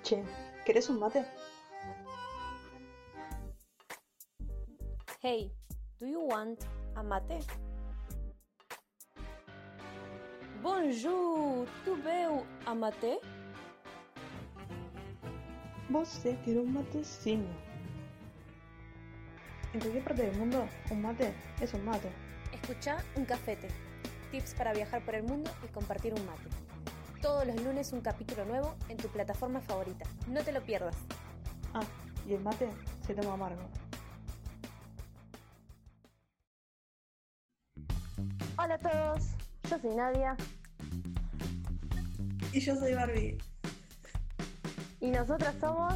Che, ¿querés un mate? Hey, do you want a mate? Bonjour, tu veux a mate? Você quer un matecino. En cualquier parte del mundo, un mate es un mate. Escucha un cafete. Tips para viajar por el mundo y compartir un mate. Todos los lunes un capítulo nuevo en tu plataforma favorita. No te lo pierdas. Ah, y el mate se toma amargo. Hola a todos, yo soy Nadia Y yo soy Barbie. y nosotras somos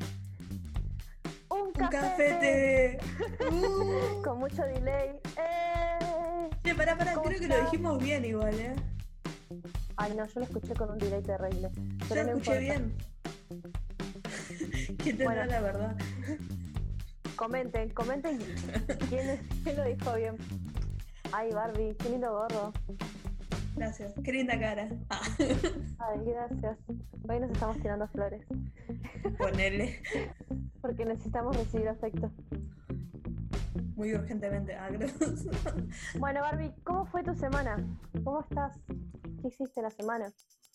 un ¡Un cafete cafete! con mucho delay. Che, pará, ¿Cómo creo que lo está? dijimos bien igual, Ay no, yo lo escuché con un delay terrible. Yo Pero lo no escuché importa. bien. ¿Quién tendrá Bueno. la verdad? Comenten quién lo dijo bien. Ay Barbie, qué lindo gorro. Gracias. Qué linda cara. Ay, gracias. Hoy nos estamos tirando flores Ponele porque necesitamos recibir afecto. muy urgentemente. Gracias. Bueno Barbie, ¿cómo fue tu semana? ¿Cómo estás? ¿Qué hiciste la semana?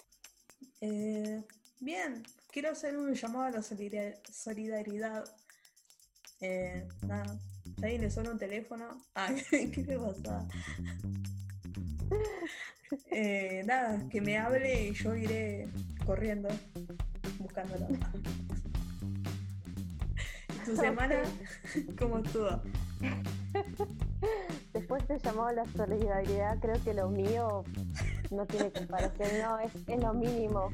Bien, quiero hacer un llamado a la solidaridad. Nada, si alguien le suena un teléfono. ¿Qué le pasa? Nada, que me hable y yo iré corriendo buscándolo. ¿Tu semana cómo estuvo? Después te llamó la solidaridad, creo que lo mío no tiene comparación, no, es lo mínimo.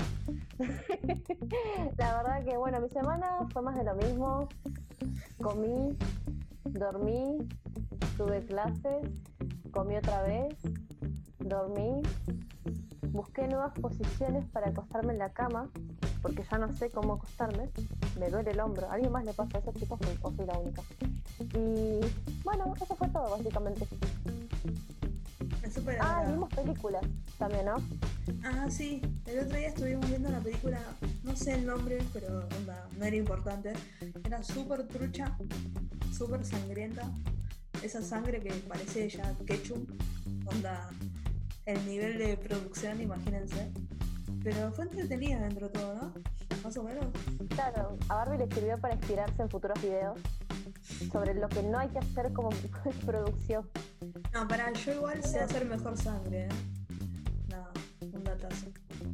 La verdad que bueno, mi semana fue más de lo mismo. Comí, dormí, tuve clases, comí otra vez, dormí, busqué nuevas posiciones para acostarme en la cama, porque ya no sé cómo acostarme, me duele el hombro. ¿A alguien más le pasa eso, chicos, o soy la única? Y bueno, eso fue todo básicamente. Me súper Y agrada. vimos películas también, ¿no? Sí, el otro día estuvimos viendo una película, no sé el nombre, pero onda, no era importante. Era súper trucha, súper sangrienta. Esa sangre que parece ya ketchup, onda, el nivel de producción, imagínense. Pero fue entretenida dentro de todo, ¿no? Más o menos. Claro, a Barbie le sirvió para inspirarse en futuros videos sobre lo que no hay que hacer como producción. No, yo igual sé hacer mejor sangre, Nada, un datazo.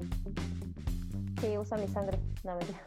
Sí, usa mi sangre. No, mentira.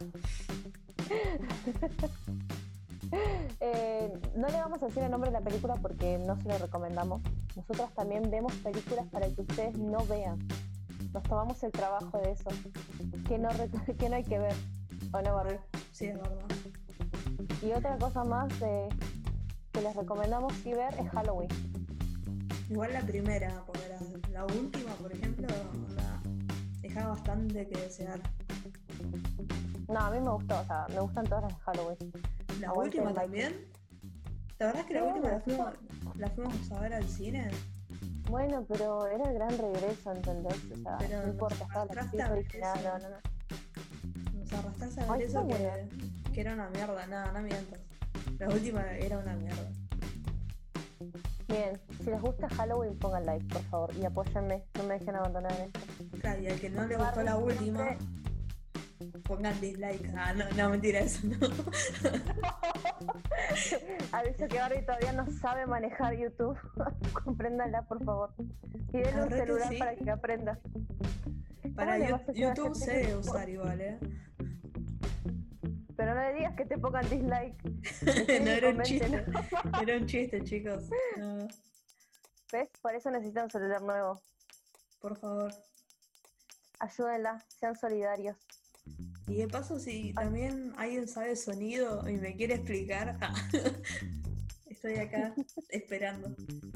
No le vamos a decir el nombre de la película porque no se lo recomendamos. Nosotros también vemos películas para que ustedes no vean. Nos tomamos el trabajo de eso. Que no hay que ver. ¿O no, Barbie? Sí, es verdad. Y otra cosa más que les recomendamos sí ver es Halloween. Igual la primera, porque la última, por ejemplo, onda, dejaba bastante que desear. No, a mí me gustó, o sea, me gustan todas las de Halloween. ¿La Aguante última el también? ¿La verdad es que la Sí, última bueno, la fuimos a ver al cine? Bueno, pero era el gran regreso, ¿entendés? O sea, Pero no importa, nos estaba la arrastraste actriz a ver original, eso. no. Nos arrastraste a ver Ay, eso está buena. que era una mierda. Nada, no mientas. La última era una mierda. Bien, si les gusta Halloween, pongan like, por favor, y apóyenme, no me dejen abandonar en esto. Claro, y al que no le Barbie gustó la última, siempre- pongan dislike. No, mentira, eso no. Aviso que Barbie todavía no sabe manejar YouTube. Compréndanla, por favor. Y denle un Arre que celular sí. para que aprenda. Para le vas a hacer a YouTube ese sé de pibe? usar igual, Pero no le digas que te pongan dislike. No era un Comenten, chiste. ¿no? Era un chiste, chicos. No, ¿Ves? Por eso necesitan un celular nuevo. por favor. Ayúdenla, sean solidarios. Y de paso, si también alguien sabe sonido y me quiere explicar, estoy acá esperando.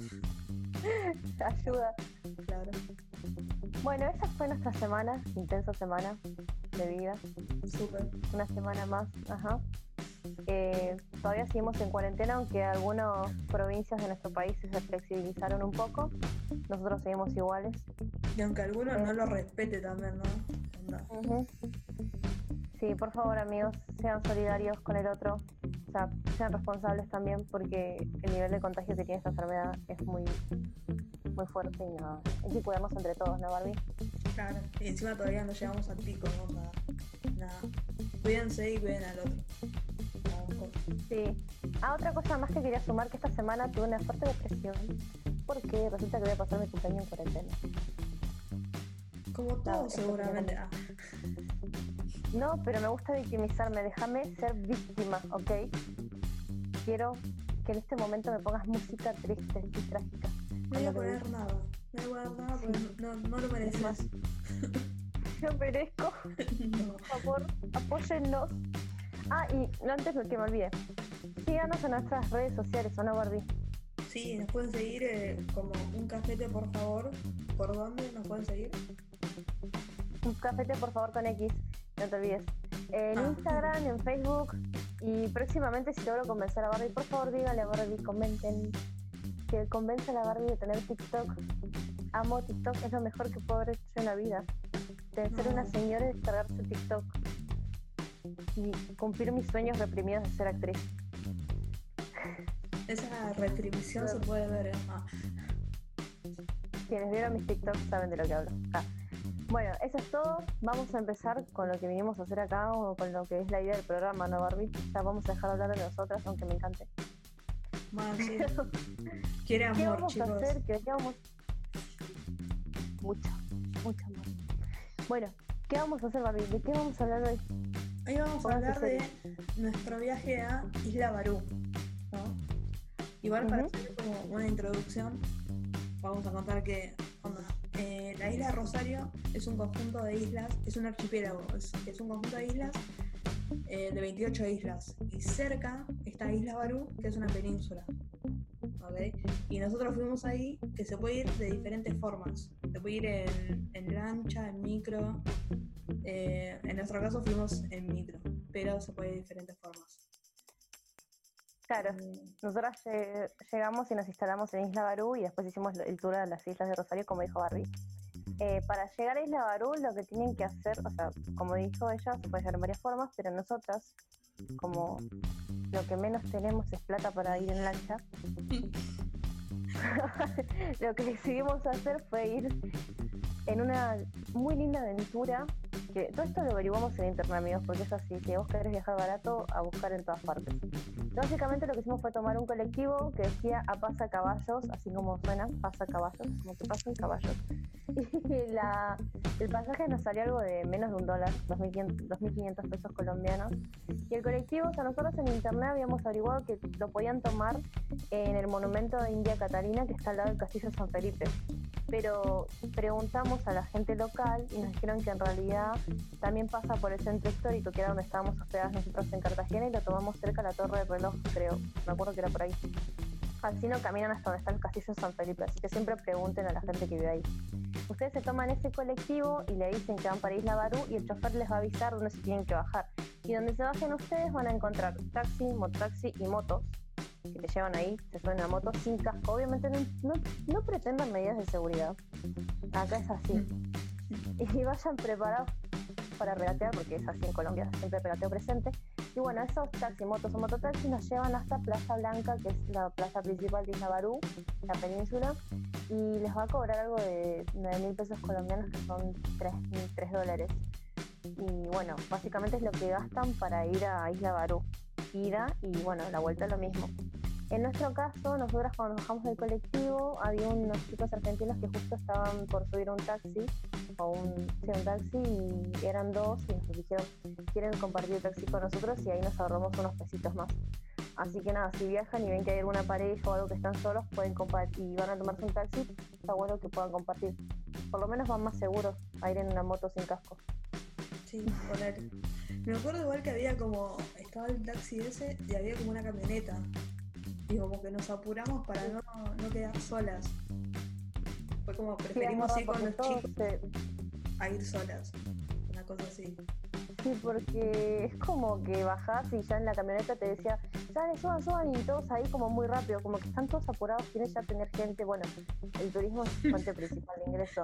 Ayuda. Claro. Bueno, esa fue nuestra semana, intensa semana de vida. Súper. Una semana más, ajá. Todavía seguimos en cuarentena, aunque algunas provincias de nuestro país se flexibilizaron un poco. Nosotros seguimos iguales. Y aunque alguno no lo respete también, ¿no? Onda. Ujú. Sí, por favor, amigos, sean solidarios con el otro. O sea, sean responsables también porque el nivel de contagio que tiene esta enfermedad es muy, muy fuerte y nada. Hay que cuidarnos entre todos, ¿no, Barbie? Claro, y encima todavía no llegamos al pico, ¿no? O sea, nada. Cuídense y cuiden al otro. Sí. Otra cosa más que quería sumar, que esta semana tuve una fuerte depresión porque resulta que voy a pasar mi cumpleaños en cuarentena. Como todo, seguramente. No, pero me gusta victimizarme, déjame ser víctima, ¿ok? Quiero que en este momento me pongas música triste y trágica. No voy a poner nada, porque no lo mereces. Yo merezco. No. Por favor, apóyennos. Y antes de que me olvide, síganos en nuestras redes sociales, ¿o no, Barbie? Sí, nos pueden seguir como un cafete, por favor. ¿Por dónde nos pueden seguir? Un cafete, por favor, con X, no te olvides. En Instagram, en Facebook, y próximamente, si logro convencer a Barbie, por favor, dígale a Barbie, comenten, que convence a la Barbie de tener TikTok. Amo TikTok, es lo mejor que puedo haber hecho en la vida. De ser una señora y descargarse TikTok. Y cumplir mis sueños reprimidos de ser actriz. Esa retribución se puede ver, Quienes vieron mis TikToks saben de lo que hablo. Bueno, eso es todo. Vamos a empezar con lo que vinimos a hacer acá, o con lo que es la idea del programa, ¿no, Barbie? Ya vamos a dejar de hablar de nosotras, aunque me encante. Bueno, sí. Quiere amor, ¿Qué vamos chicos. a hacer? ¿Qué vamos? Mucho amor. Bueno, ¿qué vamos a hacer, Barbie? ¿De qué vamos a hablar hoy? Hoy vamos a hablar de nuestro viaje a Isla Barú, ¿no? Igual para hacer como una introducción, vamos a contar que la isla de Rosario es un conjunto de islas, es un archipiélago, es un conjunto de islas, de 28 islas, y cerca está Isla Barú, que es una península, ¿okay? Y nosotros fuimos ahí, que se puede ir de diferentes formas, se puede ir en lancha, en micro, en nuestro caso fuimos en micro, pero se puede ir de diferentes formas. Claro, nosotras llegamos y nos instalamos en Isla Barú y después hicimos el tour a las islas de Rosario, como dijo Barbie. Para llegar a Isla Barú, lo que tienen que hacer, o sea, como dijo ella, se puede hacer en varias formas, pero nosotras, como lo que menos tenemos es plata para ir en lancha, lo que decidimos hacer fue ir en una muy linda aventura, que todo esto lo averiguamos en internet, amigos, porque es así, que vos querés viajar barato, a buscar en todas partes. Básicamente lo que hicimos fue tomar un colectivo que decía a pasacaballos, así como suena, pasacaballos, como que pasan caballos. Y el pasaje nos salió algo de menos de $1, 2.500 pesos colombianos. Y el colectivo, o sea, nosotros en internet habíamos averiguado que lo podían tomar en el monumento de India Catalina, que está al lado del Castillo San Felipe. Pero preguntamos a la gente local y nos dijeron que en realidad también pasa por el centro histórico, que era donde estábamos hospedados nosotros en Cartagena, y lo tomamos cerca de la Torre del Reloj, creo, me acuerdo que era por ahí. Así no caminan hasta donde está el Castillo San Felipe, así que siempre pregunten a la gente que vive ahí. Ustedes se toman ese colectivo y le dicen que van para Isla Barú y el chofer les va a avisar dónde se tienen que bajar. Y donde se bajen ustedes van a encontrar taxi, mototaxi y motos que te llevan ahí, se suben a motos sin casco. Obviamente no pretendan medidas de seguridad. Acá es así. Y vayan preparados para regatear, porque es así en Colombia, siempre regateo presente. Y bueno, esos taxi, motos o mototaxis nos llevan hasta Plaza Blanca, que es la plaza principal de Isla Barú, la península, y les va a cobrar algo de 9.000 pesos colombianos, que son $3. Y bueno, básicamente es lo que gastan para ir a Isla Barú. Ida y bueno, la vuelta es lo mismo. En nuestro caso, nosotras cuando bajamos del colectivo, había unos chicos argentinos que justo estaban por subir un taxi, un taxi, y eran dos, y nos dijeron, ¿quieren compartir el taxi con nosotros? Y ahí nos ahorramos unos pesitos más. Así que nada, si viajan y ven que hay alguna pareja o algo que están solos, pueden compartir y van a tomarse un taxi, está bueno que puedan compartir. Por lo menos van más seguros a ir en una moto sin casco. Sí, poner. Me acuerdo igual que estaba el taxi ese y había como una camioneta. Y como que nos apuramos para no quedar solas. Fue como preferimos ir con los chicos a ir solas. Una cosa así. Sí, porque es como que bajás y ya en la camioneta te decía, dale, suban, y todos ahí como muy rápido, como que están todos apurados, quieren ya tener gente. Bueno, el turismo es fuente principal de ingreso. Y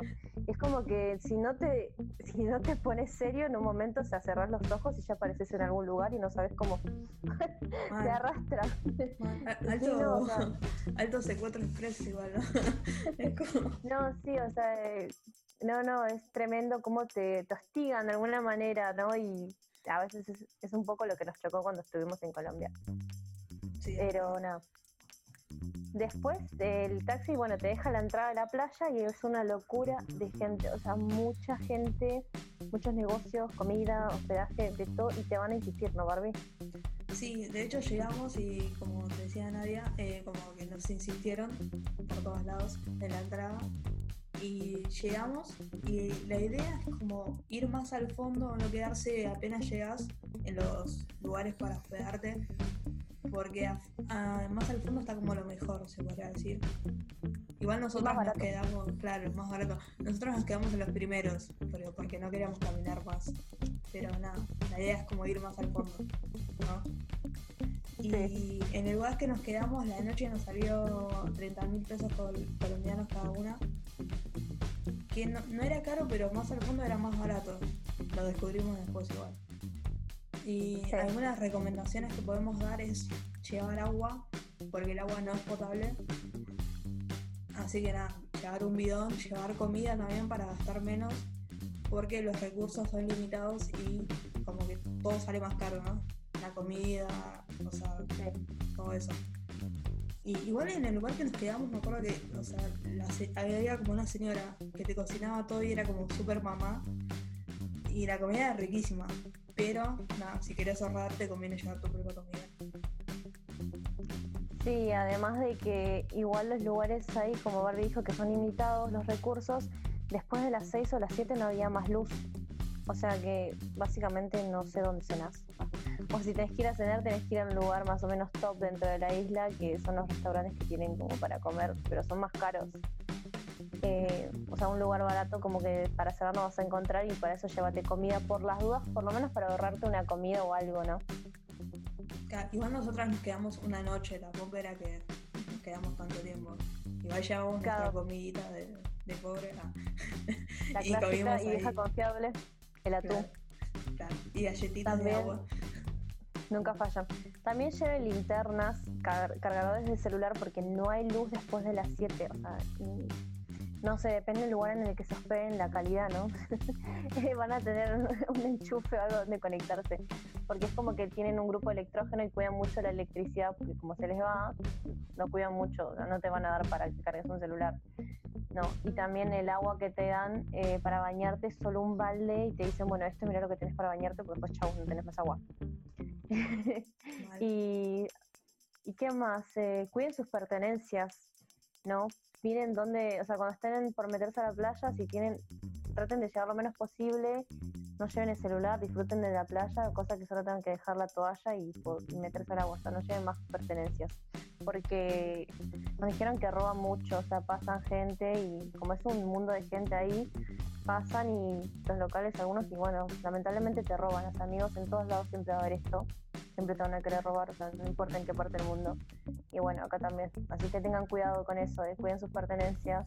Es como que si no te pones serio en un momento, o sea, cerrás los ojos y ya apareces en algún lugar y no sabes cómo Mal, te arrastra. alto, Sí, no, o sea, alto secuestro express igual, ¿no? Es como, no, sí, o sea, no, es tremendo cómo te hostigan de alguna manera, ¿no? Y a veces es un poco lo que nos chocó cuando estuvimos en Colombia. sí, Pero nada. Después el taxi, bueno, te deja la entrada de la playa y es una locura de gente, o sea, mucha gente, muchos negocios, comida, hospedaje, de todo, y te van a insistir, ¿no, Barbie? sí, de hecho llegamos y como te decía Nadia, como que nos insistieron por todos lados en la entrada y llegamos y la idea es como ir más al fondo, no quedarse apenas llegas en los lugares para hospedarte, porque más al fondo está como lo mejor, se podría decir. Igual nosotros nos barato. quedamos, claro, es más barato. Nosotros nos quedamos en los primeros, porque no queríamos caminar más. Pero nada, la idea es como ir más al fondo, ¿no? Y Sí. en el lugar que nos quedamos, la noche nos salió 30.000 pesos colombianos cada una. Que no era caro, pero más al fondo era más barato. Lo descubrimos después igual. Y Sí. algunas recomendaciones que podemos dar es llevar agua, porque el agua no es potable. Así que nada, llevar un bidón, llevar comida también para gastar menos, porque los recursos son limitados y como que todo sale más caro, ¿no? La comida, o sea, Sí. todo eso. Y igual en el lugar que nos quedamos, me acuerdo que, o sea, había como una señora que te cocinaba todo y era como súper mamá. Y la comida era riquísima. Pero, nada, si querés ahorrar, te conviene llevar tu propia comida. Sí, además de que igual los lugares ahí, como Barbie dijo, que son limitados los recursos, después de las 6 o las 7 no había más luz. O sea que básicamente no sé dónde cenás. O si tenés que ir a cenar, tenés que ir a un lugar más o menos top dentro de la isla, que son los restaurantes que tienen como para comer, pero son más caros. O sea, un lugar barato como que para cenar no vas a encontrar y para eso llévate comida por las dudas, por lo menos para ahorrarte una comida o algo, ¿no? Igual nosotras nos quedamos una noche, tampoco era que nos quedamos tanto tiempo. Igual llevamos nuestra Claro. comidita de pobre. La Y comimos clásica y ahí. vieja confiable, el atún. Claro, claro. Y galletitas de También agua. nunca fallan. También lleve linternas, cargadores de celular porque no hay luz después de las 7. O sea, no sé, depende del lugar en el que se hospeden, la calidad, ¿no? Van a tener un enchufe o algo donde conectarse. Porque es como que tienen un grupo de electrógeno y cuidan mucho la electricidad, porque como se les va, no cuidan mucho, o sea, no te van a dar para que cargues un celular. No, y también el agua que te dan para bañarte es solo un balde y te dicen, bueno, esto mira lo que tenés para bañarte, porque después, chau, no tenés más agua. Mal. ¿Y qué más? Cuiden sus pertenencias, ¿no? Miren dónde, o sea, cuando estén por meterse a la playa, si tienen, traten de llevar lo menos posible, no lleven el celular, disfruten de la playa, cosa que solo tengan que dejar la toalla y meterse al agua, o sea, no lleven más pertenencias, porque nos dijeron que roban mucho, o sea, pasan gente y como es un mundo de gente ahí, pasan y los locales algunos y bueno, lamentablemente te roban, los amigos en todos lados siempre va a haber esto, siempre te van a querer robar, o sea, no importa en qué parte del mundo. Y bueno, acá también. Así que tengan cuidado con eso, cuiden sus pertenencias.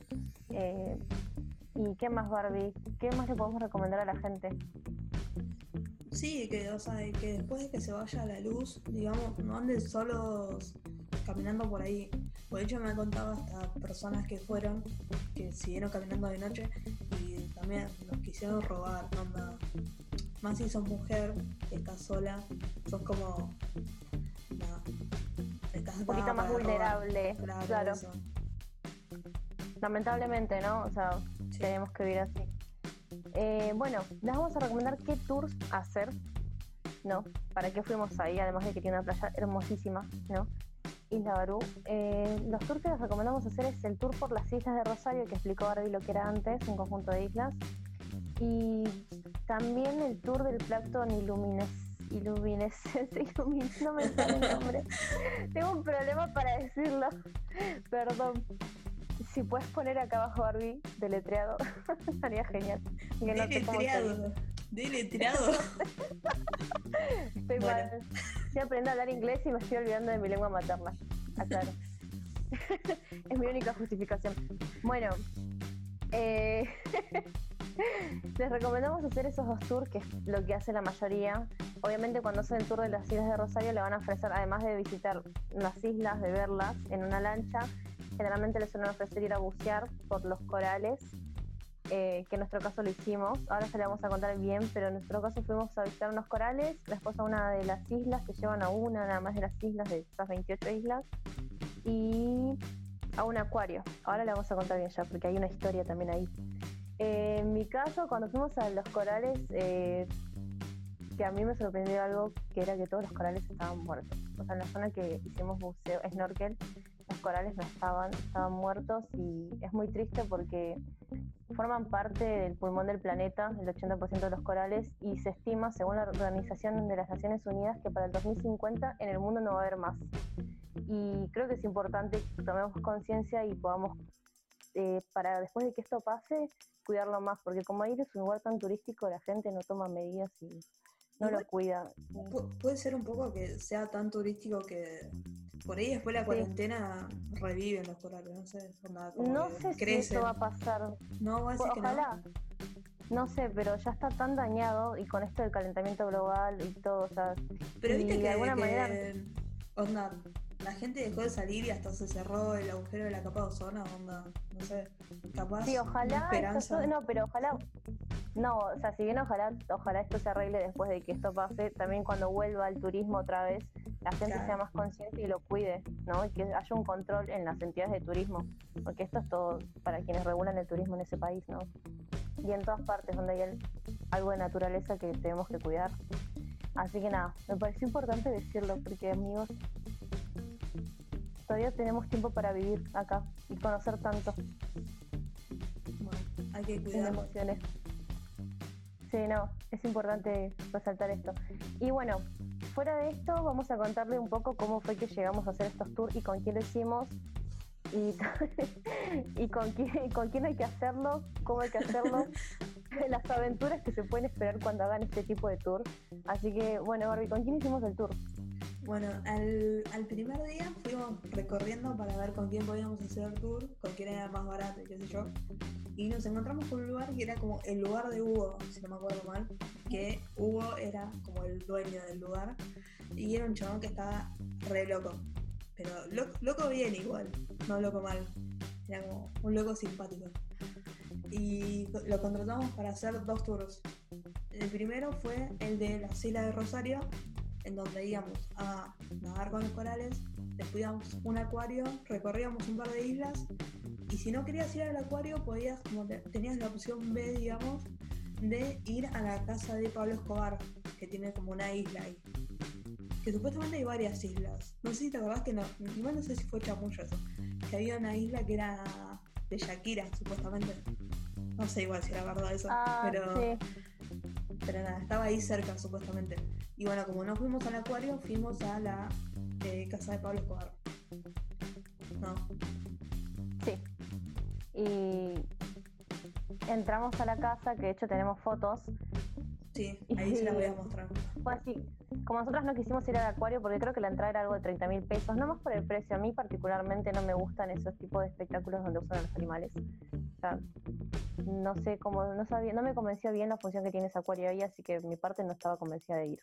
¿Y qué más, Barbie? ¿Qué más le podemos recomendar a la gente? Sí, o sea, que después de que se vaya la luz, digamos, no anden solos caminando por ahí. De hecho, me han contado hasta personas que fueron, que siguieron caminando de noche y también nos quisieron robar, onda. Más si sos mujer, estás sola, sos como. Nada, estás Un poquito dada más para robar. vulnerable, claro. Eso. Lamentablemente, ¿no? O sea, Sí. tenemos que vivir así. Bueno, les vamos a recomendar qué tours hacer, ¿no? ¿Para qué fuimos ahí? Además de que tiene una playa hermosísima, ¿no? Isla Barú. Los tours que les recomendamos hacer es el tour por las islas de Rosario, que explicó Barbie lo que era antes, un conjunto de islas. Y también el tour del plancton iluminescente, no me sale el nombre. Tengo un problema para decirlo, perdón. Si puedes poner acá abajo, Barbie, deletreado, estaría genial. Que no sé cómo se dice. Deletreado. Estoy Bueno. mal. Estoy aprendiendo a hablar inglés y me estoy olvidando de mi lengua materna. Aclaro. Es mi única justificación. Bueno, Eh, Les recomendamos hacer esos 2 tours, que es lo que hace la mayoría. Obviamente cuando hacen el tour de las islas de Rosario le van a ofrecer, además de visitar las islas, de verlas en una lancha, generalmente les suelen ofrecer ir a bucear por los corales, que en nuestro caso lo hicimos. Ahora se le vamos a contar bien, pero en nuestro caso fuimos a visitar unos corales, después a una de las islas, que llevan a una nada más de las islas, de esas 28 islas, y a un acuario. Ahora le vamos a contar bien ya, porque hay una historia también ahí. En mi caso, cuando fuimos a los corales, que a mí me sorprendió algo, que era que todos los corales estaban muertos. O sea, en la zona que hicimos buceo, snorkel, los corales no estaban muertos, y es muy triste porque forman parte del pulmón del planeta, el 80% de los corales, y se estima, según la Organización de las Naciones Unidas, que para el 2050 en el mundo no va a haber más. Y creo que es importante que tomemos conciencia y podamos, para después de que esto pase, cuidarlo más, porque como ahí es un lugar tan turístico, la gente no toma medidas y no Igual lo cuida. puede ser un poco que sea tan turístico que por ahí después de la cuarentena reviven los corales, no sé, onda, como No que sé si crecen. eso va a pasar. No, voy a decir que Ojalá. No sé, pero ya está tan dañado, y con esto del calentamiento global y todo, o sea, Pero y viste de alguna manera, onda, la gente dejó de salir y hasta se cerró el agujero de la capa de ozono, onda, no sé, capaz sí, una ojalá esperanza. no, pero ojalá, no, o sea, si bien ojalá esto se arregle después de que esto pase, también cuando vuelva el turismo otra vez, la gente Claro. sea más consciente y lo cuide, ¿no? Y que haya un control en las entidades de turismo, porque esto es todo para quienes regulan el turismo en ese país, ¿no? Y en todas partes donde hay algo de naturaleza que tenemos que cuidar. Así que nada, me pareció importante decirlo, porque amigos, todavía tenemos tiempo para vivir acá y conocer tanto. Bueno, hay que Sin cuidar. emociones. Sí, no, es importante resaltar esto. Y bueno, fuera de esto, vamos a contarle un poco cómo fue que llegamos a hacer estos tours y con quién lo hicimos, y, y con quién hay que hacerlo, cómo hay que hacerlo, las aventuras que se pueden esperar cuando hagan este tipo de tour. Así que, bueno, Barbie, ¿con quién hicimos el tour? Bueno, al primer día fuimos recorriendo para ver con quién podíamos hacer el tour, con quién era más barato y qué sé yo. Y nos encontramos con un lugar que era como el lugar de Hugo, si no me acuerdo mal, que Hugo era como el dueño del lugar y era un chabón que estaba re loco. Pero loco bien igual, no loco mal. Era como un loco simpático. Y lo contratamos para hacer 2 tours. El primero fue el de las Islas de Rosario, en donde íbamos a nadar con los corales, después íbamos a un acuario, recorríamos un par de islas, y si no querías ir al acuario, podías, como tenías la opción B, digamos, de ir a la casa de Pablo Escobar, que tiene como una isla ahí. Que supuestamente hay varias islas. No sé si te acordás que no, igual no sé si fue chamullo eso, que había una isla que era de Shakira, supuestamente. No sé igual si era verdad eso, pero... Sí. Pero nada, estaba ahí cerca supuestamente. Y bueno, como no fuimos al acuario, fuimos a la casa de Pablo Escobar. No. Sí. Y entramos a la casa, que de hecho tenemos fotos. Sí, ahí se las voy a mostrar. Fue así. Como nosotros no quisimos ir al acuario, porque creo que la entrada era algo de 30.000 pesos, no más por el precio. A mí particularmente no me gustan esos tipos de espectáculos donde usan a los animales. O sea, no sé cómo, no me convenció bien la función que tiene ese acuario ahí, así que mi parte no estaba convencida de ir.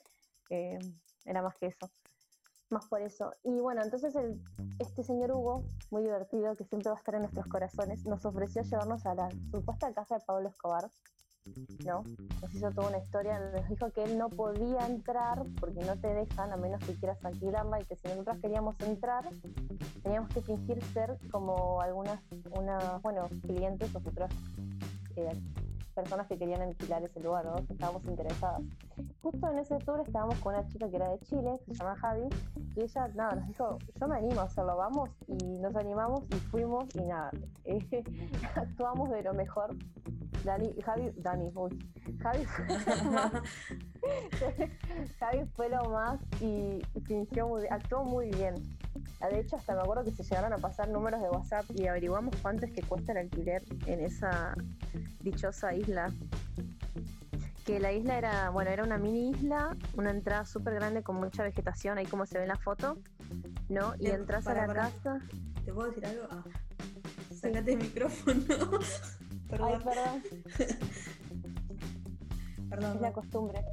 Era más que eso. Más por eso. Y bueno, entonces este señor Hugo, muy divertido, que siempre va a estar en nuestros corazones, nos ofreció llevarnos a la supuesta casa de Pablo Escobar, ¿no? Nos hizo toda una historia, nos dijo que él no podía entrar porque no te dejan a menos que quieras alquilarla, y que si nosotros queríamos entrar teníamos que fingir ser como clientes o futuras personas que querían alquilar ese lugar, ¿no? Que estábamos interesadas. Justo en ese tour estábamos con una chica que era de Chile, que se llama Javi, y ella, nada, nos dijo, yo me animo a hacerlo, vamos, y nos animamos y fuimos, y nada, actuamos de lo mejor. Javi fue lo más y actuó muy bien. De hecho, hasta me acuerdo que se llegaron a pasar números de WhatsApp y averiguamos cuánto es que cuesta el alquiler en esa dichosa isla. Que la isla era una mini isla, una entrada súper grande con mucha vegetación, ahí como se ve en la foto, ¿no? Y entras a la casa. ¿Te puedo decir algo? Sácate el micrófono. Ay, Perdón, perdón, perdón. es la costumbre.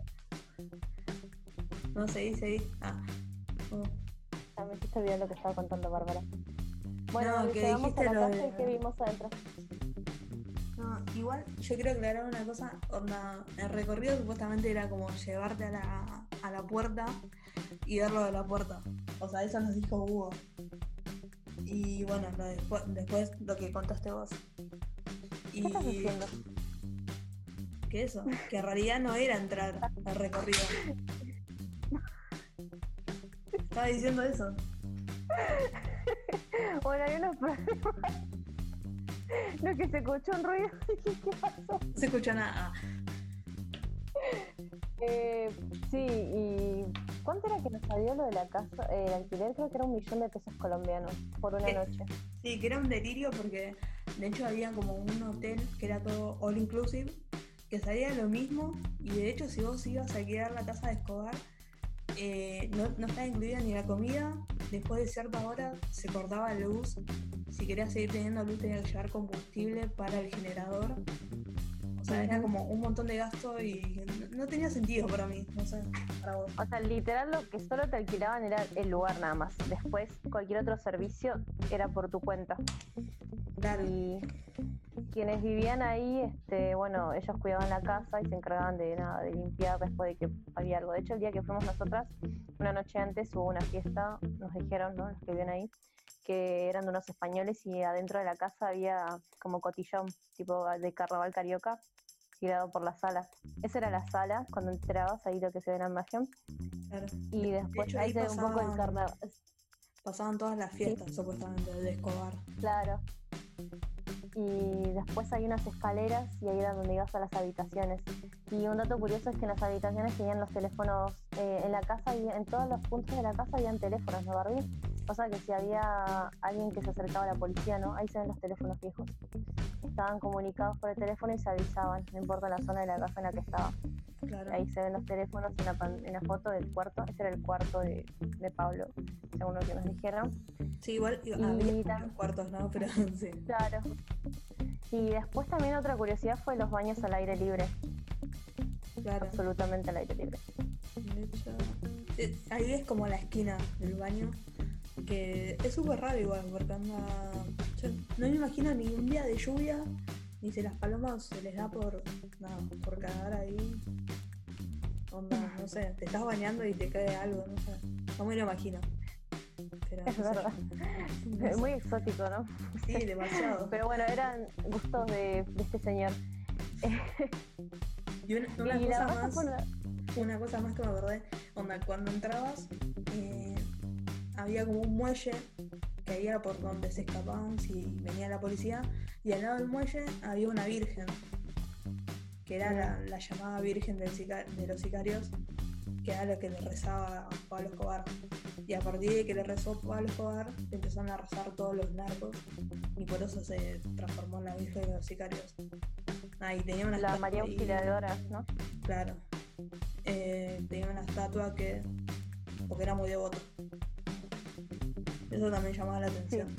No, seguí. Oh. Ya me hiciste olvidar lo que estaba contando Bárbara. Bueno, No, que llegamos a dijiste la lo casa y ¿qué de... vimos adentro? No, igual yo quiero aclarar una cosa, onda, el recorrido supuestamente era como llevarte a la puerta y verlo de la puerta. O sea, eso nos dijo Hugo. Y bueno, después lo que contaste vos. ¿Qué estás Y haciendo? que eso, que en realidad no era entrar al recorrido. Estaba diciendo eso. Bueno, hay unos problemas. No, que se escuchó un ruido. Dije, ¿qué pasó? No se escuchó nada. Sí, y ¿cuánto era que nos salió lo de la casa? El alquiler creo que era 1.000.000 de pesos colombianos por una noche. Sí, que era un delirio porque de hecho había como un hotel que era todo all inclusive, que salía lo mismo y de hecho si vos ibas a quedar la casa de Escobar, no estaba incluida ni la comida, después de cierta hora se cortaba la luz, si querías seguir teniendo luz tenías que llevar combustible para el generador, o sea, era como un montón de gasto y no tenía sentido para mí, no sé, para vos. O sea, literal lo que solo te alquilaban era el lugar nada más. Después cualquier otro servicio era por tu cuenta. Claro. Y quienes vivían ahí, bueno, ellos cuidaban la casa y se encargaban de limpiar después de que había algo. De hecho, el día que fuimos nosotras, una noche antes hubo una fiesta, nos dijeron, ¿no?, los que vivían ahí, que eran de unos españoles y adentro de la casa había como cotillón, tipo de carnaval carioca, tirado por la sala. Esa era la sala, cuando entrabas, ahí lo que se ve en la imagen. Claro. Y De después hecho, ahí ahí se ve un poco el carnaval. pasaban todas las fiestas, supuestamente, de Escobar. Claro. Y después hay unas escaleras y ahí era donde ibas a las habitaciones. Y un dato curioso es que en las habitaciones tenían los teléfonos, en la casa y en todos los puntos de la casa habían teléfonos, ¿no, Barbie? O sea que si había alguien que se acercaba a la policía, ¿no? Ahí se ven los teléfonos viejos. Estaban comunicados por el teléfono y se avisaban, no importa la zona de la casa en la que estaba. Claro. Ahí se ven los teléfonos en la foto del cuarto. Ese era el cuarto de Pablo, según lo que nos dijeron. Sí, igual había muchos cuartos, ¿no? Pero sí. Claro. Y después también otra curiosidad fue los baños al aire libre. Claro. Absolutamente al aire libre. De hecho, ahí es como la esquina del baño, que es súper raro igual, porque anda... Yo no me imagino ni un día de lluvia, ni si las palomas se les da por cagar ahí. Onda, no sé, te estás bañando y te cae algo, no sé. No me lo imagino. Pero, Es no sé. verdad. No sé. Muy exótico, ¿no? Sí, demasiado. Pero bueno, eran gustos de este señor. Y una Y la cosa verdad más, fue una cosa más que me acordé, onda, cuando entrabas, había como un muelle que ahí era por donde se escapaban si venía la policía, y al lado del muelle había una virgen, que era la llamada Virgen de los Sicarios, que era lo que le rezaba a Pablo Escobar. Y a partir de que le rezó Pablo Escobar, empezaron a rezar todos los narcos, y por eso se transformó en la Virgen de los Sicarios. Y tenía una la estatua María ahí, Auxiliadora, ¿no? claro. Tenía una estatua porque era muy devoto. Eso también llamaba la atención.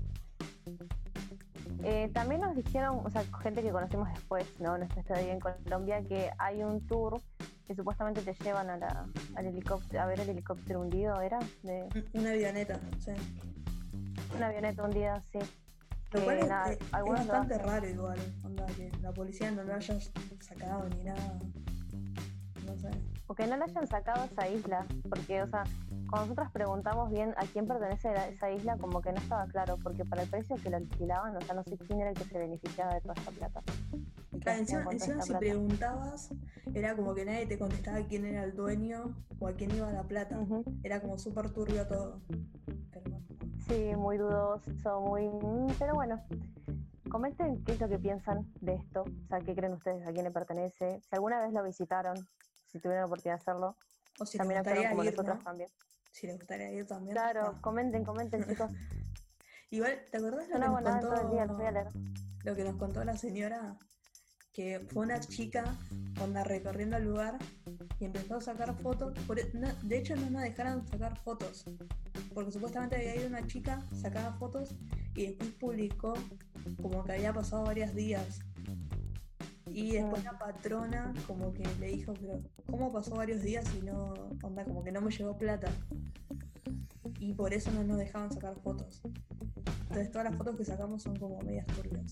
También nos dijeron, o sea, gente que conocimos después, ¿no? Nuestra estadía en Colombia, que hay un tour que supuestamente te llevan al helicóptero, a ver el helicóptero hundido, ¿era? Una avioneta, sí. Una avioneta hundida, sí. Lo cual es algunos bastante raro igual, onda, que la policía no lo haya sacado ni nada. No sé. O que no le hayan sacado a esa isla, porque, o sea, cuando nosotros preguntamos bien a quién pertenece esa isla, como que no estaba claro, porque para el precio que lo alquilaban, o sea, no sé quién era el que se beneficiaba de toda esta plata. Claro, encima si preguntabas, era como que nadie te contestaba quién era el dueño o a quién iba la plata. Uh-huh. Era como súper turbio todo. Pero bueno. Sí, muy dudoso, muy... Pero bueno, comenten qué es lo que piensan de esto, o sea, qué creen ustedes, a quién le pertenece, si alguna vez lo visitaron, si tuvieron la oportunidad de hacerlo, O si también les gustaría actuaron como ir, nosotros ¿no? también. Si les gustaría ir también. Claro, comenten, chicos. Igual, ¿te acordás Yo no hago nada todo el día, los voy a leer. lo que nos contó la señora? Que fue una chica onda recorriendo el lugar y empezó a sacar fotos. De hecho, no nos dejaron sacar fotos, porque supuestamente había ido una chica, sacaba fotos y después publicó como que había pasado varios días Y después la patrona como que le dijo, pero ¿cómo pasó varios días y no, onda, como que no me llegó plata? Y por eso no nos dejaban sacar fotos. Entonces todas las fotos que sacamos son como medias turbias.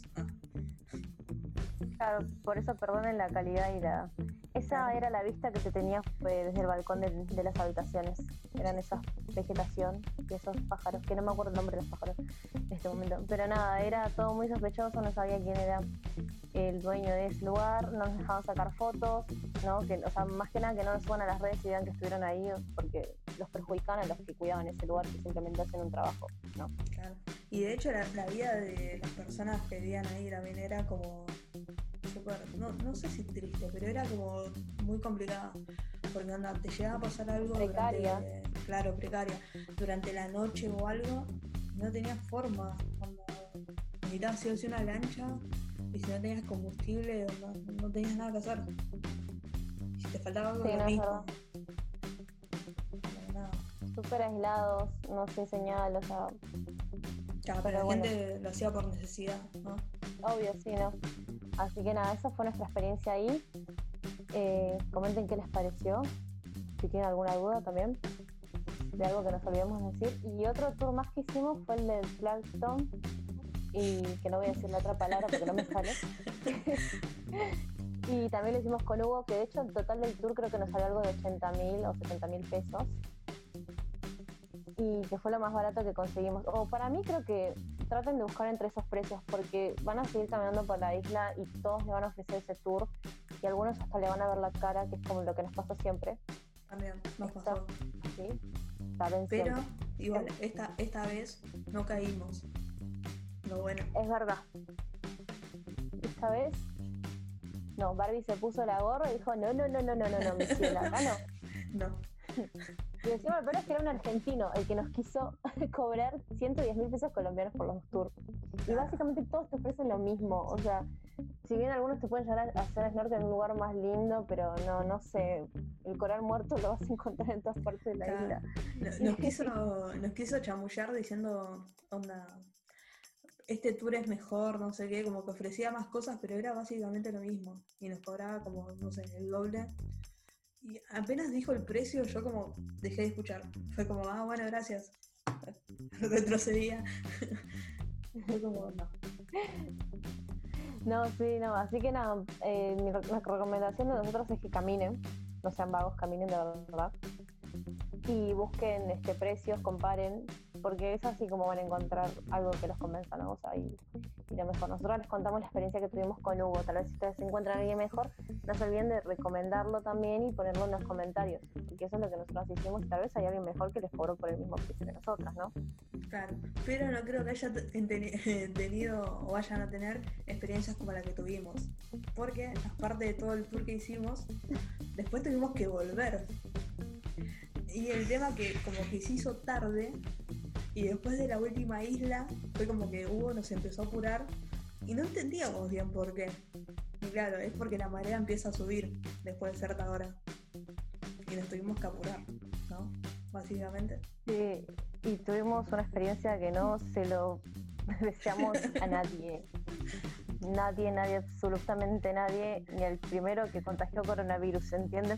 Claro, por eso perdonen la calidad y la... Esa era la vista que se tenía desde el balcón de las habitaciones. Eran esa vegetación y esos pájaros, que no me acuerdo el nombre de los pájaros en este momento. Pero nada, era todo muy sospechoso, no sabía quién era el dueño de ese lugar, no nos dejaban sacar fotos, ¿no? Que, o sea, más que nada que no nos suban a las redes y vean que estuvieron ahí, porque los perjudican a los que cuidaban ese lugar, que simplemente hacen un trabajo, ¿no? Claro. Y de hecho la vida de las personas que vivían ahí también era como súper, no sé si triste, pero era como muy complicada. Porque onda, te llegaba a pasar algo precaria. Claro, precaria. Durante la noche o algo, no tenías forma. Onda, necesitabas sí o sí una lancha, y si no tenías combustible, no tenías nada que hacer. Y si te faltaba algo, Sí, lo no, mismo. Nada. Súper aislados, no sin señal, o sea... Ya, pero la gente lo hacía por necesidad, ¿no? Obvio, sí, ¿no? Así que nada, esa fue nuestra experiencia ahí. Comenten qué les pareció, si tienen alguna duda también de algo que nos olvidamos decir. Y otro tour más que hicimos fue el del Flagstone, y que no voy a decir la otra palabra porque no me sale. Y también lo hicimos con Hugo, que de hecho el total del tour creo que nos salió algo de 80.000 o 70.000 pesos. Y que fue lo más barato que conseguimos. O para mí creo que traten de buscar entre esos precios, porque van a seguir caminando por la isla y todos le van a ofrecer ese tour, y algunos hasta le van a ver la cara, que es como lo que nos pasó siempre. También nos pasó. Sí, saben pero siempre. Igual esta vez no caímos. Lo bueno. Es verdad. Esta vez no, Barbie se puso la gorra y dijo no, mi cielo, acá no. No. Y encima el peor es que era un argentino el que nos quiso cobrar 110.000 pesos colombianos por los tours. Y básicamente todos te ofrecen lo mismo. O sea, si bien algunos te pueden llegar a hacer snorkel en un lugar más lindo, pero no sé, el coral muerto lo vas a encontrar en todas partes de la isla. Nos quiso chamullar diciendo, onda, este tour es mejor, no sé qué, como que ofrecía más cosas, pero era básicamente lo mismo. Y nos cobraba como, no sé, el doble. Y apenas dijo el precio, yo como dejé de escuchar. Fue como, bueno, gracias. Retrocedía. Fue como, no. No, sí, no. Así que nada, nuestra recomendación de nosotros es que caminen. No sean vagos, caminen de verdad. Y busquen precios, comparen, porque es así como van a encontrar algo que los convenza, ¿no? O sea, y lo mejor. Nosotros les contamos la experiencia que tuvimos con Hugo. Tal vez si ustedes encuentran a alguien mejor, no se olviden de recomendarlo también y ponerlo en los comentarios, porque eso es lo que nosotros hicimos, y tal vez hay alguien mejor que les cobró por el mismo precio que nosotras, ¿no? Claro, pero no creo que haya tenido o vayan a tener experiencias como la que tuvimos, porque aparte de todo el tour que hicimos, después tuvimos que volver. Y el tema que como que se hizo tarde, y después de la última isla fue como que Hugo nos empezó a apurar y no entendíamos bien por qué. Y claro, es porque la marea empieza a subir después de cierta hora y nos tuvimos que apurar, ¿no? Básicamente. Sí, y tuvimos una experiencia que no se lo deseamos a nadie. Nadie, absolutamente nadie, ni el primero que contagió coronavirus, ¿entiendes?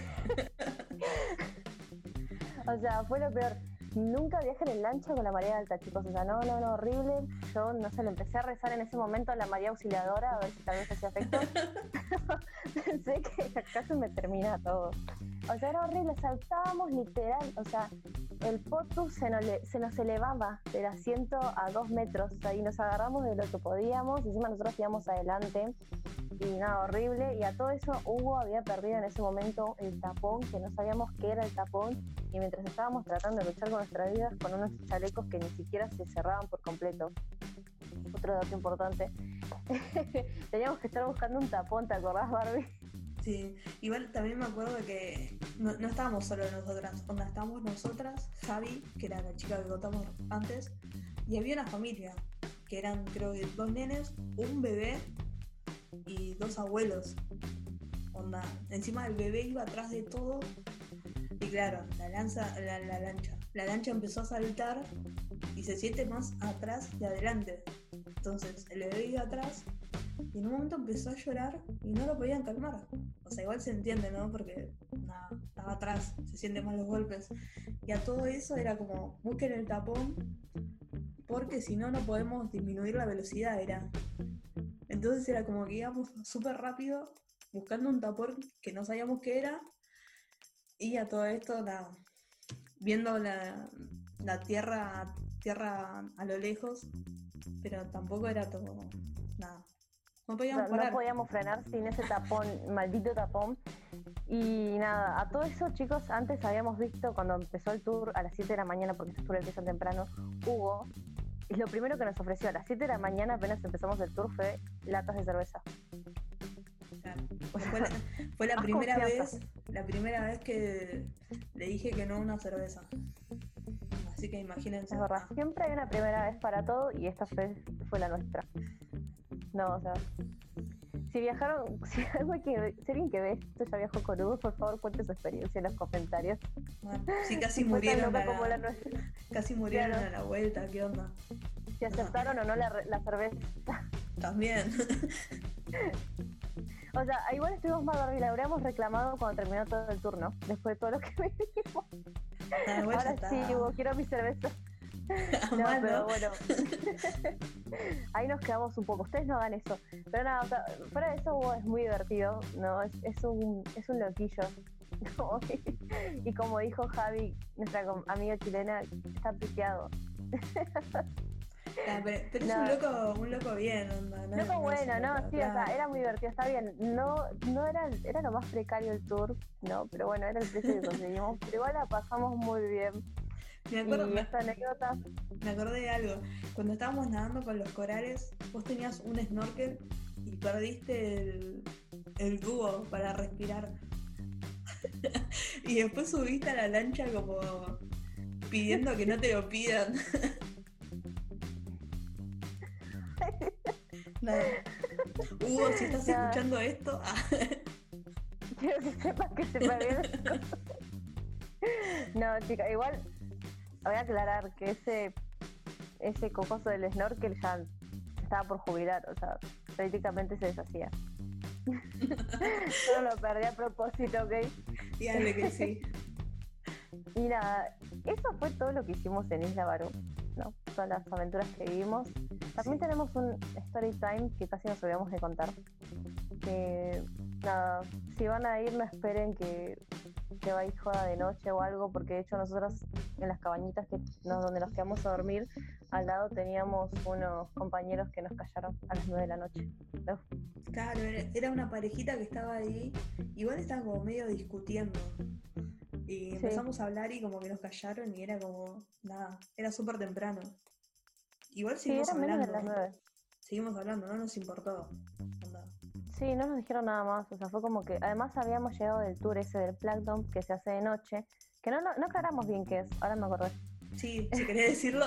O sea, fue lo peor. Nunca viajen en lancha con la marea alta, chicos. O sea, no, horrible. Yo, no sé, le empecé a rezar en ese momento a la María Auxiliadora, a ver si tal vez hacía efecto. Pensé que acá se me termina todo. O sea, era horrible. Saltábamos literal. O sea, el potus se nos elevaba del asiento a 2 metros. O sea, y nos agarramos de lo que podíamos. Y encima nosotros íbamos adelante. Y nada, horrible. Y a todo eso, Hugo había perdido en ese momento el tapón, que no sabíamos qué era el tapón. Y mientras estábamos tratando de luchar con nuestras vidas, con unos chalecos que ni siquiera se cerraban por completo. Otro dato importante. Teníamos que estar buscando un tapón, ¿te acordás, Barbie? Sí, igual también me acuerdo de que no estábamos solo nosotras, onda, estábamos nosotras, Javi, que era la chica que contamos antes, y había una familia, que eran creo que 2 nenes, un bebé y 2 abuelos. Onda, encima el bebé iba atrás de todo, y claro, la lancha empezó a saltar y se siente más atrás de adelante. Entonces el bebé iba atrás y en un momento empezó a llorar y no lo podían calmar. O sea, igual se entiende, ¿no? Porque nada, estaba atrás, se sienten más los golpes. Y a todo eso era como, busquen el tapón, porque si no, no podemos disminuir la velocidad, era. Entonces era como que íbamos súper rápido, buscando un tapón que no sabíamos qué era, y a todo esto, nada, viendo la tierra a lo lejos, pero tampoco era todo, nada. No podíamos parar. No podíamos frenar sin ese tapón, maldito tapón. Y nada, a todo eso, chicos, antes habíamos visto cuando empezó el tour a las 7 de la mañana, porque este tour empieza temprano, Hugo, y lo primero que nos ofreció a las 7 de la mañana, apenas empezamos el tour, fue latas de cerveza. Claro. Fue la primera vez que le dije que no a una cerveza. Así que imagínense. Es verdad, siempre hay una primera vez para todo y esta vez fue la nuestra. No, o sea, si viajaron, si alguien que ve esto ya viajó con Hugo, por favor cuente su experiencia en los comentarios. Bueno, sí, casi Fue tan murieron, loca como la nuestra. Casi murieron Claro. a la vuelta, ¿qué onda? Si aceptaron o no la cerveza. También. O sea, igual estuvimos más dormidos, la habríamos reclamado cuando terminó todo el turno, después de todo lo que vivimos. Igual ya Ahora está. sí, Hugo, quiero mi cerveza. No, Mal, pero ¿no? bueno. Ahí nos quedamos un poco. Ustedes no hagan eso. Pero nada, o sea, fuera de eso, Hugo es muy divertido, ¿no? Es un loquillo. Y como dijo Javi, nuestra amiga chilena, está piqueado. Pero No. es un loco bien, onda. No, Loco no es bueno, un ¿no? loco, Sí, claro. o sea, era muy divertido, está bien. No era lo más precario el tour, ¿no? Pero bueno, era el precio que conseguimos. Pero igual la pasamos muy bien. Y esta anécdota, Me acordé de algo. Cuando estábamos nadando con los corales, vos tenías un snorkel y perdiste el tubo para respirar. Y después subiste a la lancha como pidiendo que no te lo pidan. Nada. Hugo, si estás Nada. escuchando esto, quiero que sepas que se me viene. No, chica, igual voy a aclarar que ese cocoso del snorkel ya estaba por jubilar, o sea, prácticamente se deshacía. Solo lo perdí a propósito, ¿ok? díganle que sí. Y nada, eso fue todo lo que hicimos en Isla Barú, ¿no? Son las aventuras que vivimos. También tenemos un story time que casi nos olvidamos de contar. Que nada, si van a ir no esperen que vais joda de noche o algo, porque de hecho nosotros en las cabañitas donde nos quedamos a dormir, al lado teníamos unos compañeros que nos callaron a las 9 de la noche. ¿No? Claro, era una parejita que estaba ahí, igual estaban como medio discutiendo. Y empezamos a hablar y como que nos callaron y era como, nada, era súper temprano. Igual Sí, seguimos eran menos de hablando. las 9. Seguimos hablando, no nos importó. Onda. Sí, no nos dijeron nada más, o sea, fue como que además habíamos llegado del tour ese del Plankton que se hace de noche, que no aclaramos bien qué es, ahora me acordé. Sí, si querés decirlo.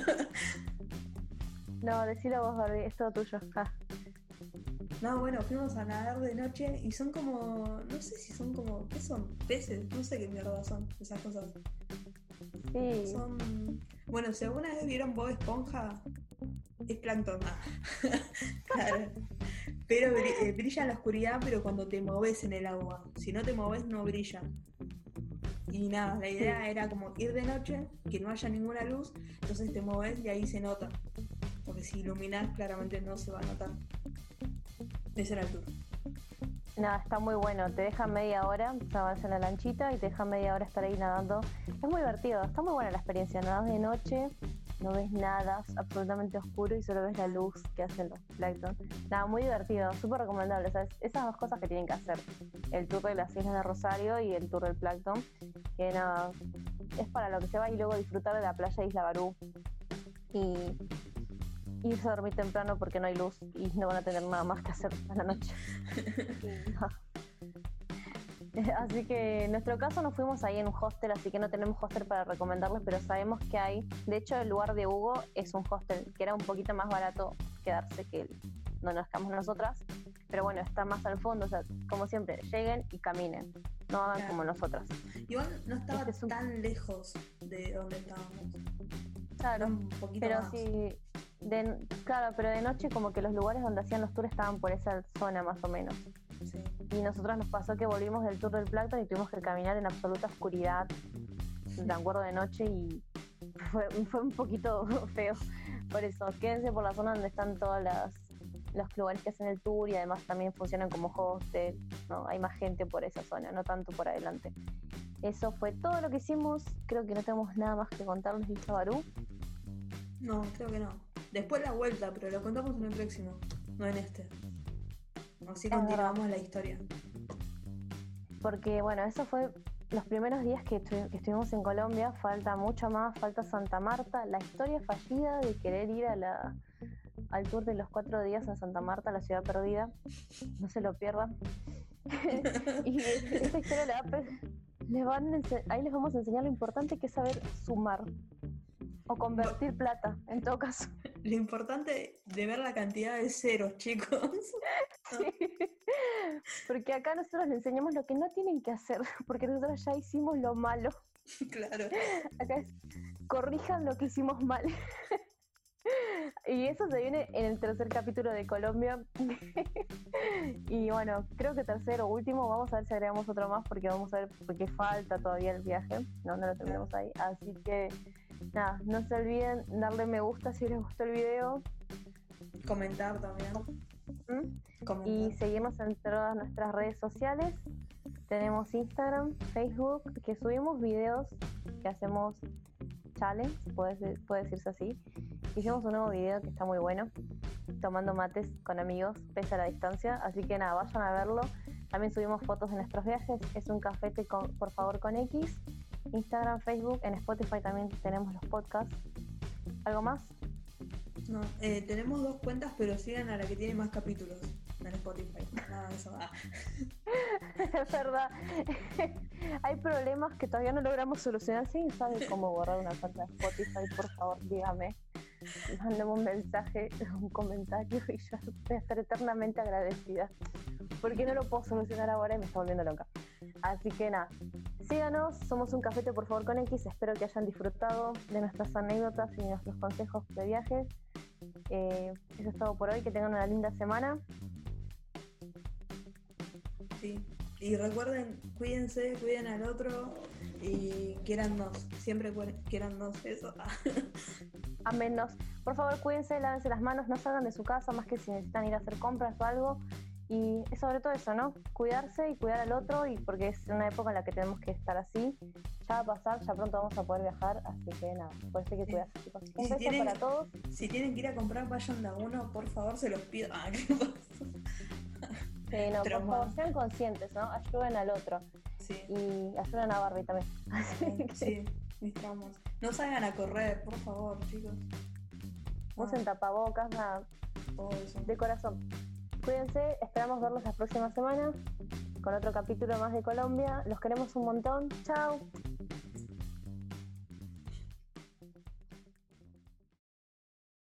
No, decilo vos, Barbie, es todo tuyo. Ah. No, bueno, fuimos a nadar de noche y son como, no sé si son como, ¿qué son? Peces, no sé qué mierda son esas cosas. Sí, Son, bueno, si alguna vez vieron Bob Esponja, es plancton. Claro. Pero brilla en la oscuridad, pero cuando te moves en el agua. Si no te moves, no brilla. Y nada, la idea era como ir de noche, que no haya ninguna luz, entonces te moves y ahí se nota. Porque si iluminás, claramente no se va a notar. Ese era el tour. nada, está muy bueno, te dejan media hora, o sea, vas en la lanchita y te dejan media hora estar ahí nadando. Es muy divertido, está muy buena la experiencia, nadas de noche, no ves nada, es absolutamente oscuro y solo ves la luz que hacen los plancton. Nada, muy divertido, súper recomendable, o sea, esas dos cosas que tienen que hacer, el tour de las Islas de Rosario y el tour del plancton, que nada, es para lo que se va y luego disfrutar de la playa de Isla Barú y irse a dormir temprano porque no hay luz y no van a tener nada más que hacer a la noche. Así que en nuestro caso nos fuimos ahí en un hostel, así que no tenemos hostel para recomendarles, pero sabemos que hay. De hecho, el lugar de Hugo es un hostel que era un poquito más barato quedarse que donde nos quedamos nosotras, pero bueno, está más al fondo, o sea, como siempre, lleguen y caminen, no hagan como nosotras. Igual no estaba Este es tan lejos de donde estábamos. Claro, Un poquito pero más. si Claro, pero de noche como que los lugares donde hacían los tours estaban por esa zona más o menos. Sí. Y nosotros nos pasó que volvimos del tour del Plancton y tuvimos que caminar en absoluta oscuridad, de acuerdo de noche, y fue un poquito feo. Por eso, quédense por la zona donde están todos los lugares que hacen el tour y además también funcionan como hostel, ¿no? Hay más gente por esa zona, no tanto por adelante. Eso fue todo lo que hicimos. Creo que no tenemos nada más que contarles, ¿listo, Barú? No, creo que no. Después la vuelta, pero lo contamos en el próximo, no en este. Así continuamos la historia. Porque bueno, eso fue los primeros días que estuvimos en Colombia. Falta mucho más, falta Santa Marta. La historia fallida de querer ir al tour de los 4 días en Santa Marta, la ciudad perdida. No se lo pierdan. Y esta historia ahí les vamos a enseñar lo importante que es saber sumar o convertir plata, en todo caso. Lo importante de ver la cantidad de ceros, chicos. Sí. Porque acá nosotros les enseñamos lo que no tienen que hacer, porque nosotros ya hicimos lo malo. Claro. Acá es, corrijan lo que hicimos mal. Y eso se viene en el tercer capítulo de Colombia. Y bueno, creo que tercero o último, vamos a ver si agregamos otro más, porque vamos a ver, porque falta todavía el viaje, no lo terminamos ahí. Así que nada, no se olviden darle me gusta si les gustó el video. Comentar también. Comentar. Y seguirnos en todas nuestras redes sociales. Tenemos Instagram, Facebook, que subimos videos, que hacemos challenge, puede decirse así. Hicimos un nuevo video que está muy bueno, tomando mates con amigos, pese a la distancia, así que nada, vayan a verlo. También subimos fotos de nuestros viajes, es un cafete por favor con X. Instagram, Facebook, en Spotify también tenemos los podcasts. ¿Algo más? No, tenemos 2 cuentas, pero sigan a la que tiene más capítulos en Spotify. Nada de eso. Es verdad. Hay problemas que todavía no logramos solucionar. Si alguien sabe cómo borrar una cuenta de Spotify, por favor, dígame. Mándame un mensaje, un comentario y yo voy a estar eternamente agradecida. Porque no lo puedo solucionar ahora y me está volviendo loca. Así que nada, síganos, somos un cafete por favor con X. Espero que hayan disfrutado de nuestras anécdotas y nuestros consejos de viajes. Eso es todo por hoy, que tengan una linda semana. Sí. Y recuerden, cuídense, cuiden al otro y quiérannos, siempre quiérannos, eso. Ámennos. Por favor, cuídense, lávense las manos, no salgan de su casa más que si necesitan ir a hacer compras o algo. Y es sobre todo eso, ¿no? Cuidarse y cuidar al otro, y porque es una época en la que tenemos que estar así. Ya va a pasar, ya pronto vamos a poder viajar, así que nada, por eso hay que cuidarse, chicos. Un beso para todos. Si tienen que ir a comprar, vayan de a uno, por favor, se los pido. ¿Qué pasó? Sí, no, por favor, sean conscientes, ¿no? Ayuden al otro. Sí. Y ayuden a Barbie también. Sí, mis traumas. No salgan a correr, por favor, chicos. Usen tapabocas, nada. Todo eso. De corazón. Cuídense, esperamos verlos la próxima semana con otro capítulo más de Colombia. Los queremos un montón. Chao.